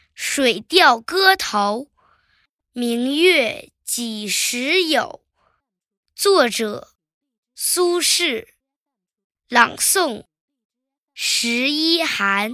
水调歌头，明月几时有？作者苏轼，朗诵十一寒。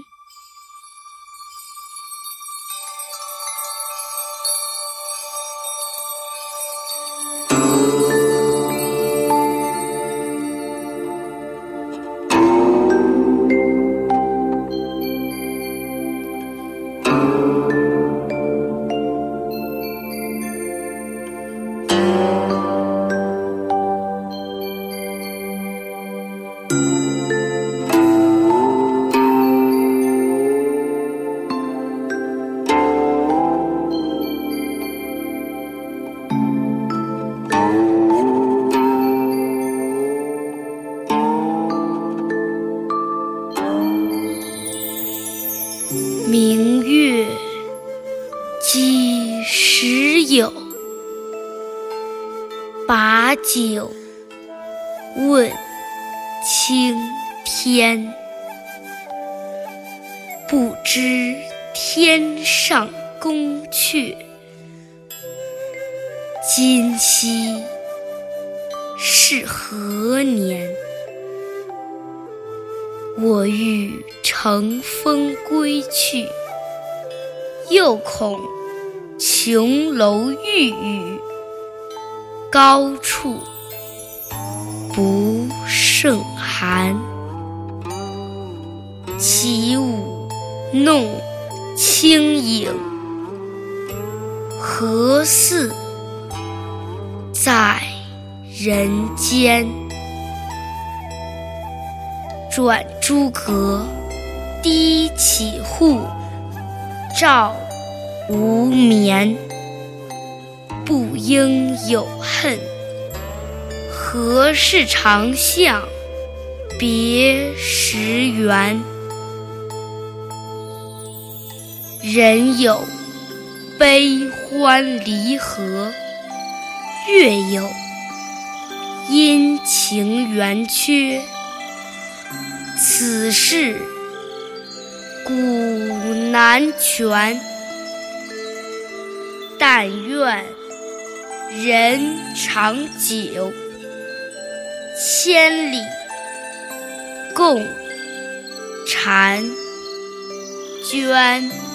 明月几时有？把酒问青天。不知天上宫阙，今夕是何年？我欲乘风归去，又恐琼楼玉宇，高处不胜寒。起舞弄清影，何似在人间？转朱阁，低绮户，照无眠。不应有恨，何事长向别时圆？人有悲欢离合，月有阴晴圆缺。此事古难全，但愿人长久，千里共婵娟。